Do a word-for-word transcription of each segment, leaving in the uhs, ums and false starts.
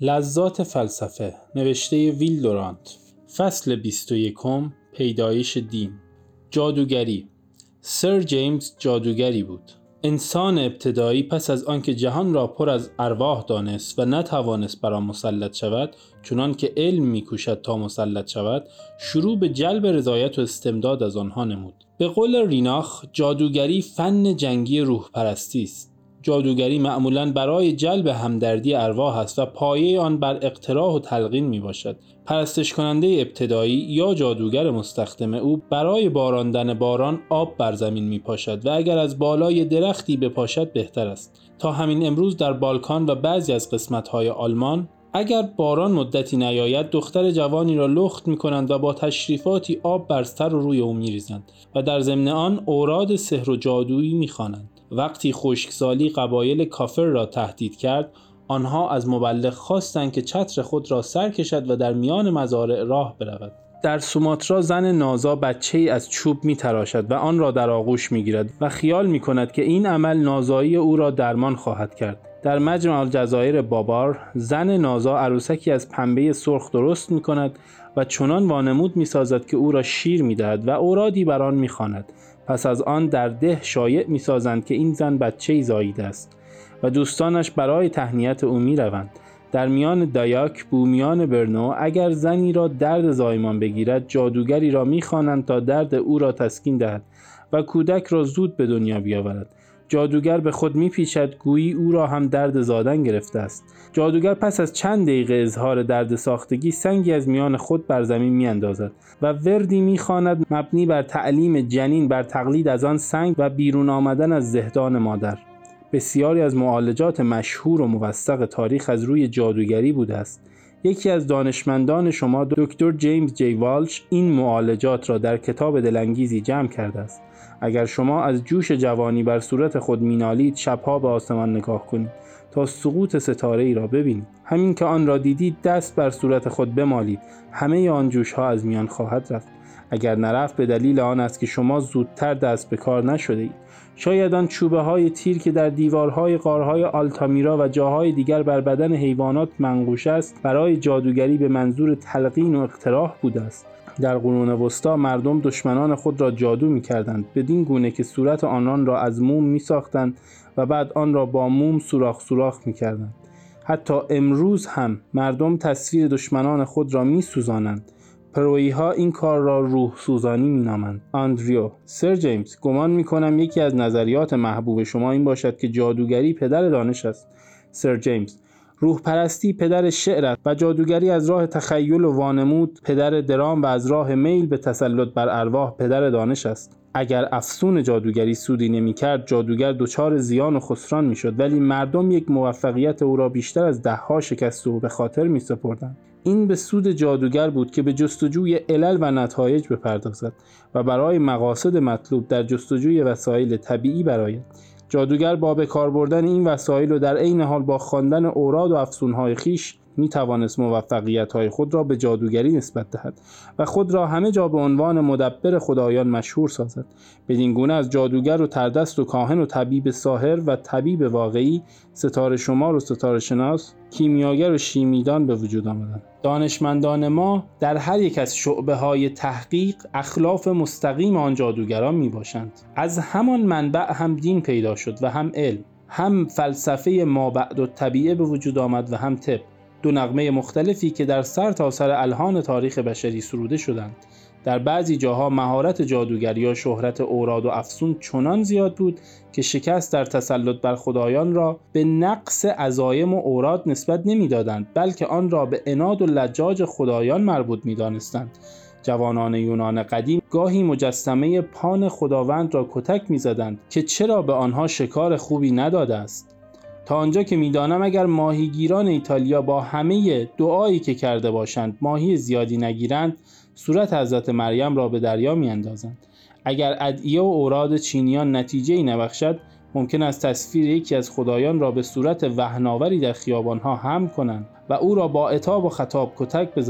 لذات فلسفه، نوشته ویل دورانت. فصل بیست و یکم، پیدایش دین. جادوگری. سر جیمز جادوگری بود. انسان ابتدایی پس از آنکه جهان را پر از ارواح دانست و نتوانست بر آن مسلط شود، چنان که علم می‌کوشد تا مسلط شود، شروع به جلب رضایت و استمداد از آنها نمود. به قول ریناخ، جادوگری فن جنگی روح پرستی است. جادوگری معمولاً برای جلب همدردی ارواح است و پایه آن بر اقتراح و تلقین می باشد. پرستش کننده ابتدایی یا جادوگر مستخدم او برای باراندن باران آب بر زمین می پاشد و اگر از بالای درختی بپاشد بهتر است. تا همین امروز در بالکان و بعضی از قسمت‌های آلمان اگر باران مدتی نیاید، دختر جوانی را لخت می کنند و با تشریفاتی آب بر سر و روی او می ریزند و در ضمن آن اوراد سحر و جادویی می خوانند. وقتی خشکسالی قبایل کافر را تهدید کرد، آنها از مبلغ خواستند که چتر خود را سر کشد و در میان مزارع راه برود. در سوماترا زن نازا بچه‌ای از چوب می تراشد و آن را در آغوش می گیرد و خیال می کند که این عمل نازایی او را درمان خواهد کرد. در مجمع الجزایر بابار، زن نازا عروسکی از پنبه سرخ درست می کند و چنان وانمود می سازد که او را شیر می دهد و اورادی بر آن می خواند. پس از آن در ده شایع می سازند که این زن بچه‌ای زاییده است و دوستانش برای تهنیت او می روند. در میان دایاک بومیان برنو اگر زنی را درد زایمان بگیرد، جادوگری را می خوانند تا درد او را تسکین دهد و کودک را زود به دنیا بیاورد. جادوگر به خود میپیچد گویی او را هم درد زادن گرفته است. جادوگر پس از چند دقیقه اظهار درد ساختگی سنگی از میان خود بر زمین میاندازد و وردی میخواند مبنی بر تعلیم جنین بر تقلید از آن سنگ و بیرون آمدن از زهدان مادر. بسیاری از معالجات مشهور و موثق تاریخ از روی جادوگری بوده است. یکی از دانشمندان شما دکتر جیمز جی والش این معالجات را در کتاب دلانگیزی جمع کرده است. اگر شما از جوش جوانی بر صورت خود مینالید، شبها به آسمان نگاه کنید تا سقوط ستاره ای را ببینید. همین که آن را دیدید دست بر صورت خود بمالید، همه آن جوش ها از میان خواهد رفت. اگر نرفت به دلیل آن است که شما زودتر دست به کار نشده اید. شاید آن چوبه های تیر که در دیوارهای غارهای آلتامیرا و جاهای دیگر بر بدن حیوانات منقوش است، برای جادوگری به منظور تلقین و اقتراح بوده است. در قرون وسطا مردم دشمنان خود را جادو می‌کردند، بدین گونه که صورت آنان را از موم می‌ساختند و بعد آن را با موم سوراخ سوراخ می‌کردند. حتی امروز هم مردم تصویر دشمنان خود را می‌سوزانند. پرویی ها این کار را روح سوزانی می نامند. آندریو. سر جیمز، گمان می کنم یکی از نظریات محبوب شما این باشد که جادوگری پدر دانش است. سر جیمز. روح پرستی پدر شعر است و جادوگری از راه تخیل و وانمود پدر درام و از راه میل به تسلط بر ارواح پدر دانش است. اگر افسون جادوگری سودی نمی کرد، جادوگر دچار زیان و خسران می شد، ولی مردم یک موفقیت او را بیشتر از ده ها شکست و به خاطر می سپردند. این به سود جادوگر بود که به جستجوی علل و نتایج بپردازد و برای مقاصد مطلوب در جستجوی وسایل طبیعی برآید. جادوگر با به کار بردن این وسایل و در عین حال با خواندن اوراد و افسونهای خیش می توانست موفقیت‌های خود را به جادوگری نسبت دهد و خود را همه جا به عنوان مدبر خدایان مشهور سازد. بدین گونه از جادوگر و تردست و کاهن و طبیب ساحر و طبیب واقعی، ستاره شمار و ستاره شناس، کیمیاگر و شیمیدان به وجود آمدند. دانشمندان ما در هر یک از شعبه‌های تحقیق اخلاف مستقیم آن جادوگران می باشند. از همان منبع هم دین پیدا شد و هم علم، هم فلسفه مابعد الطبیعه به وجود آمد و هم طب. دو نغمه مختلفی که در سر تا سر الحان تاریخ بشری سروده شدند. در بعضی جاها مهارت جادوگر یا شهرت اوراد و افسون چنان زیاد بود که شکست در تسلط بر خدایان را به نقص عزایم و اوراد نسبت نمی‌دادند، بلکه آن را به عناد و لجاج خدایان مربوط می‌دانستند. جوانان یونان قدیم گاهی مجسمه پان خداوند را کتک می‌زدند که چرا به آنها شکار خوبی نداده است. تا آنجا که می‌دانم اگر ماهیگیران ایتالیا با همه دعایی که کرده باشند ماهی زیادی نگیرند، صورت حضرت مریم را به دریا می‌اندازند. اگر ادعیه و اوراد چینیان نتیجه‌ای نبخشد، ممکن است تصویر یکی از خدایان را به صورت وهناوری در خیابان‌ها حمل کنند و او را با عتاب و خطاب کتک بزنند.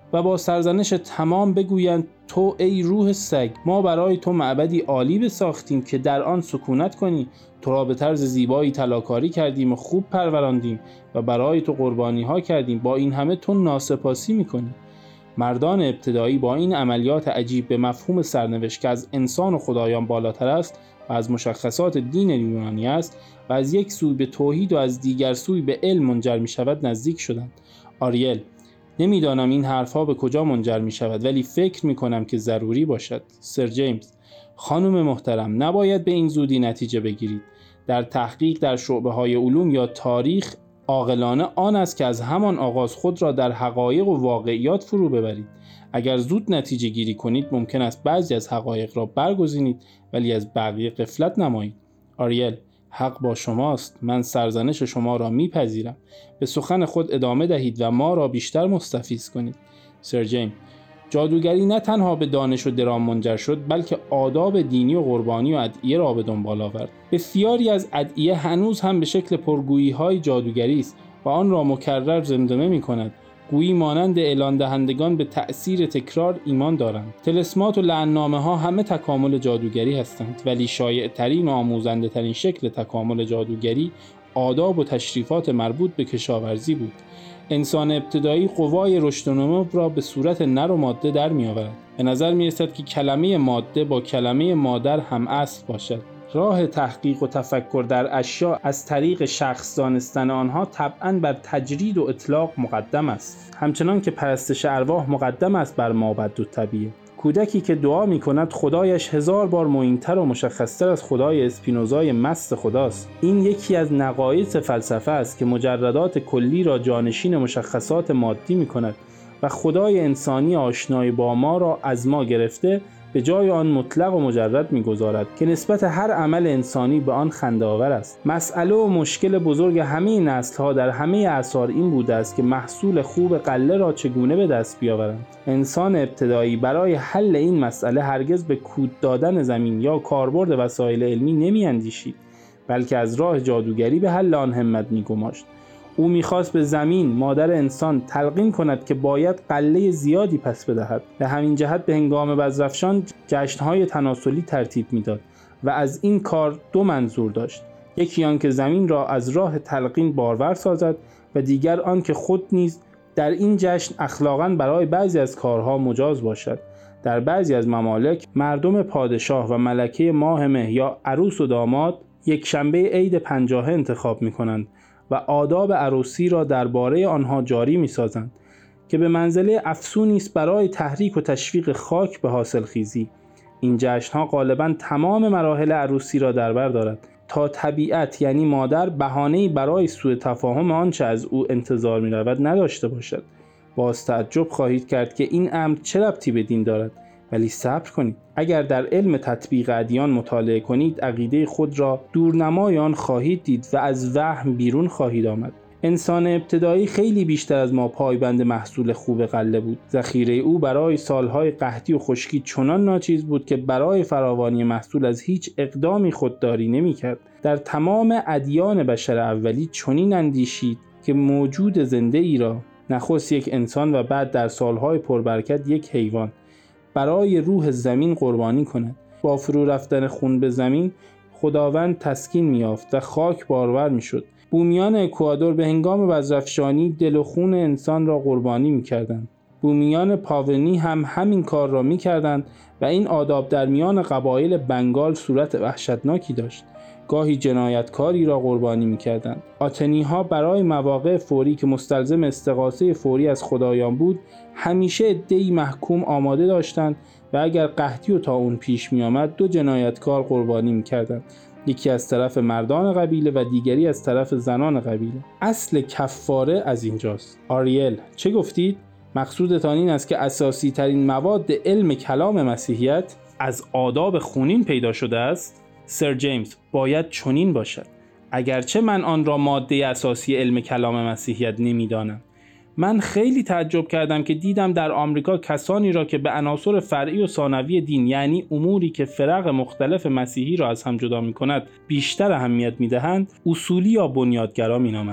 و با سرزنش تمام بگویند تو ای روح سگ، ما برای تو معبدی عالی بساختیم که در آن سکونت کنی، تو را به طرز زیبایی طلاکاری کردیم و خوب پروراندیم و برای تو قربانی ها کردیم، با این همه تو ناسپاسی میکنی. مردان ابتدایی با این عملیات عجیب به مفهوم سرنوشت که از انسان و خدایان بالاتر است و از مشخصات دین یونانی است و از یک سوی به توحید و از دیگر سوی به علم منجر می شود نزدیک شدند. آریل: نمیدانم این حرفها به کجا منجر می شود، ولی فکر می کنم که ضروری باشد. سر جیمز: خانم محترم، نباید به این زودی نتیجه بگیرید. در تحقیق در شعبه های علوم یا تاریخ، عاقلانه آن است که از همان آغاز خود را در حقایق و واقعیات فرو ببرید. اگر زود نتیجه گیری کنید ممکن است بعضی از حقایق را برگزینید ولی از بقیه غفلت نمایید. آریل: حق با شماست، من سرزنش شما را میپذیرم. به سخن خود ادامه دهید و ما را بیشتر مستفیض کنید. سر جیم: جادوگری نه تنها به دانش و درام منجر شد، بلکه آداب دینی و قربانی و ادعیه را به دنبال آورد. بسیاری از ادعیه هنوز هم به شکل پرگویی های جادوگری است و آن را مکرر زمزمه می کند. گویی مانند اعلان دهندگان به تأثیر تکرار ایمان دارند. طلسمات و لعنتنامه ها همه تکامل جادوگری هستند، ولی شایع ترین و آموزنده ترین شکل تکامل جادوگری آداب و تشریفات مربوط به کشاورزی بود. انسان ابتدایی قوای رشد و نمو را به صورت نر و ماده در می آورد. به نظر می رسد که کلمه ماده با کلمه مادر هم اصل باشد. راه تحقیق و تفکر در اشیاء از طریق شخص دانستن آنها طبعاً بر تجرید و اطلاق مقدم است، همچنان که پرستش ارواح مقدم است بر مابعد الطبیعه. کودکی که دعا می کند خدایش هزار بار معین‌تر و مشخص‌تر از خدای اسپینوزای مست خداست. این یکی از نقایص فلسفه است که مجردات کلی را جانشین مشخصات مادی می کند و خدای انسانی آشنای با ما را از ما گرفته به جای آن مطلق و مجرد می‌گذارد که نسبت هر عمل انسانی به آن خنده‌آور است. مسئله و مشکل بزرگ همه نسل‌ها در همه اعصار این بوده است که محصول خوب غله را چگونه به دست بیاورند. انسان ابتدایی برای حل این مسئله هرگز به کود دادن زمین یا کاربرد وسایل علمی نمی‌اندیشید، بلکه از راه جادوگری به حل آن همت می‌گماشت. او می‌خواست به زمین، مادر انسان، تلقین کند که باید غله زیادی پس بدهد. به همین جهت به هنگام بزرفشان جشن‌های تناسلی ترتیب می‌داد و از این کار دو منظور داشت: یکی آن که زمین را از راه تلقین بارور سازد و دیگر آن که خود نیز در این جشن اخلاقاً برای بعضی از کارها مجاز باشد. در بعضی از ممالک مردم پادشاه و ملکه ماه مه یا عروس و داماد یک شنبه عید پنجاهه انتخاب می‌کنند و آداب عروسی را درباره آنها جاری می‌سازند که به منزله افسونی است برای تحریک و تشویق خاک به حاصلخیزی. این جشن‌ها غالباً تمام مراحل عروسی را در بر دارد تا طبیعت یعنی مادر بهانه‌ای برای سوء تفاهم آنچه از او انتظار می‌رود نداشته باشد. باز تعجب خواهید کرد که این امر چه ربطی به دین دارد، ولی صبر کنید. اگر در علم تطبیق ادیان مطالعه کنید عقیده خود را دورنمای آن خواهید دید و از وهم بیرون خواهید آمد. انسان ابتدایی خیلی بیشتر از ما پایبند محصول خوب غله بود. ذخیره او برای سالهای قحطی و خشکی چنان ناچیز بود که برای فراوانی محصول از هیچ اقدامی خودداری نمی‌کرد. در تمام ادیان بشر اولی چنین اندیشید که موجود زنده ای را، نخست یک انسان و بعد در سالهای پربرکت یک حیوان، برای روح زمین قربانی کند. با فرو رفتن خون به زمین خداوند تسکین می‌یافت و خاک بارور می‌شد. بومیان اکوادور به هنگام بزرفشانی دل و خون انسان را قربانی می‌کردند. بومیان پاونی هم همین کار را می‌کردند و این آداب در میان قبایل بنگال صورت وحشتناکی داشت. گاهی جنایتکاری را قربانی می‌کردند. آتنی‌ها برای مواقع فوری که مستلزم استغاثه فوری از خدایان بود، همیشه عده‌ای محکوم آماده داشتند و اگر قحطی و طاعون پیش می‌آمد دو جنایتکار قربانی می‌کردند. یکی از طرف مردان قبیله و دیگری از طرف زنان قبیله. اصل کفاره از اینجاست. آریل: چه گفتید؟ مقصودتان این است که اساسی ترین مواد علم کلام مسیحیت از آداب خونین پیدا شده است؟ سر جیمز: باید چنین باشد، اگرچه من آن را ماده اساسی علم کلام مسیحیت نمی‌دانم. من خیلی تعجب کردم که دیدم در آمریکا کسانی را که به عناصر فرعی و ثانوی دین، یعنی اموری که فرق مختلف مسیحی را از هم جدا می‌کند، بیشتر اهمیت می‌دهند، اصولی یا بنیادگرا می‌نامند.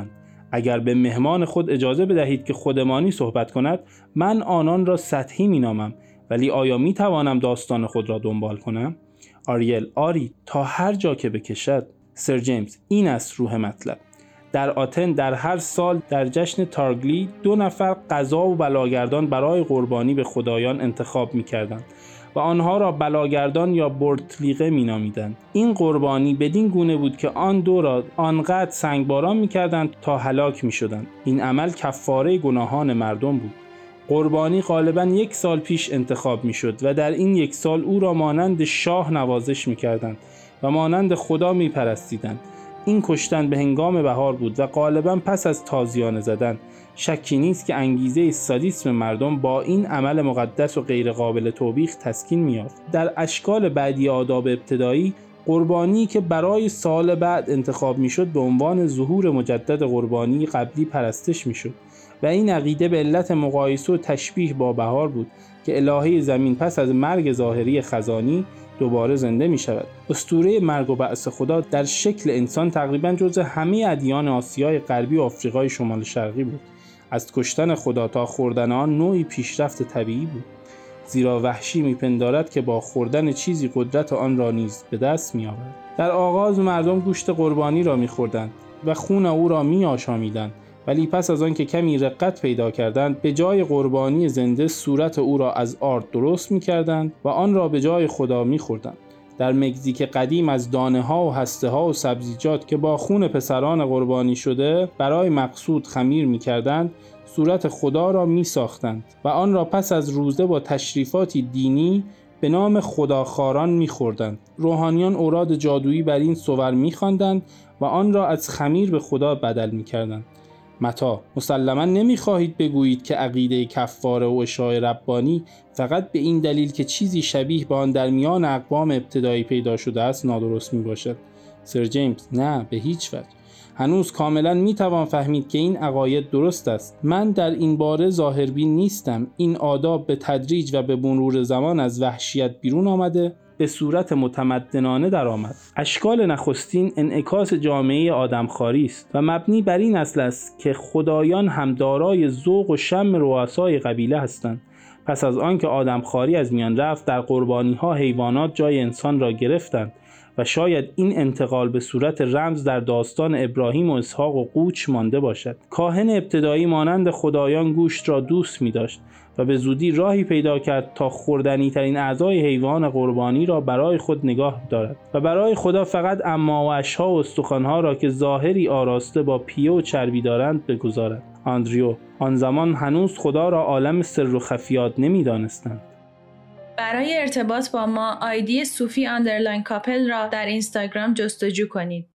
اگر به مهمان خود اجازه بدهید که خودمانی صحبت کند، من آنان را سطحی می‌نامم، ولی آیا می‌توانم داستان خود را دنبال کنم؟ آریل: آری، تا هر جا که بکشد. سر جیمز: این است روح مطلب. در آتن در هر سال در جشن تارگلی دو نفر قضا و بلاگردان برای قربانی به خدایان انتخاب می‌کردند و آنها را بلاگردان یا برتلیقه می‌نامیدند. این قربانی بدین گونه بود که آن دو را آنقدر سنگباران می‌کردند تا هلاک می‌شدند. این عمل کفاره گناهان مردم بود. قربانی غالباً یک سال پیش انتخاب می‌شد و در این یک سال او را مانند شاه نوازش می‌کردند و مانند خدا می‌پرستیدند. این کشتن به هنگام بهار بود و غالباً پس از تازیانه زدن. شکی نیست که انگیزه سادیسم مردم با این عمل مقدس و غیر قابل توبیخ تسکین می‌یافت. در اشکال بعدی آداب ابتدایی، قربانی که برای سال بعد انتخاب می‌شد به عنوان ظهور مجدد قربانی قبلی پرستش می‌شد و این عقیده به علت مقایسه و تشبیه با بهار بود که الهه زمین پس از مرگ ظاهری خزانی دوباره زنده می شود. اسطوره مرگ و بعث خدا در شکل انسان تقریباً جزء همه ادیان آسیای غربی و آفریقای شمال شرقی بود. از کشتن خدا تا خوردن آن نوعی پیشرفت طبیعی بود، زیرا وحشی میپندارد که با خوردن چیزی قدرت آن را نیز به دست می آورد. در آغاز مردم گوشت قربانی را می‌خوردند و خون او را می‌آشامیدند، ولی پس از آن که کمی رقت پیدا کردند، به جای قربانی زنده صورت او را از آرد درست می‌کردند و آن را به جای خدا می‌خوردند. در مکزیک قدیم از دانه‌ها و هسته‌ها و سبزیجات که با خون پسران قربانی شده برای مقصود خمیر می‌کردند، صورت خدا را می‌ساختند و آن را پس از روزه با تشریفاتی دینی به نام خداخواران می‌خوردند. روحانیان اوراد جادویی بر این صور می‌خواندند و آن را از خمیر به خدا بدل می‌کردند. متی: مسلماً نمی‌خواهید بگویید که عقیده کفاره و اشاعه ربانی فقط به این دلیل که چیزی شبیه به آن در میان اقوام ابتدایی پیدا شده است نادرست میباشد؟ سر جیمز: نه، به هیچ وجه. هنوز کاملاً میتوان فهمید که این عقاید درست است. من در این باره ظاهربین نیستم. این آداب به تدریج و به مرور زمان از وحشیت بیرون آمده به صورت متمدنانه در آمد. اشکال نخستین انعکاس جامعه آدمخواری است و مبنی بر این اصل است که خدایان هم دارای ذوق و شم رؤسای قبیله هستند. پس از آن که آدمخواری از میان رفت، در قربانی‌ها حیوانات جای انسان را گرفتند و شاید این انتقال به صورت رمز در داستان ابراهیم و اسحاق و قوچ مانده باشد. کاهن ابتدایی مانند خدایان گوشت را دوست می داشت و به زودی راهی پیدا کرد تا خوردنی ترین اعضای حیوان قربانی را برای خود نگاه دارد و برای خدا فقط امعاء‌ها و استخوان‌ها را که ظاهری آراسته با پیه و چربی دارند بگذارد. آندریو: آن زمان هنوز خدا را عالم سر و خفیات نمی دانستند. برای ارتباط با ما آیدی صوفی اندرلاین کاپل را در اینستاگرام جستجو کنید.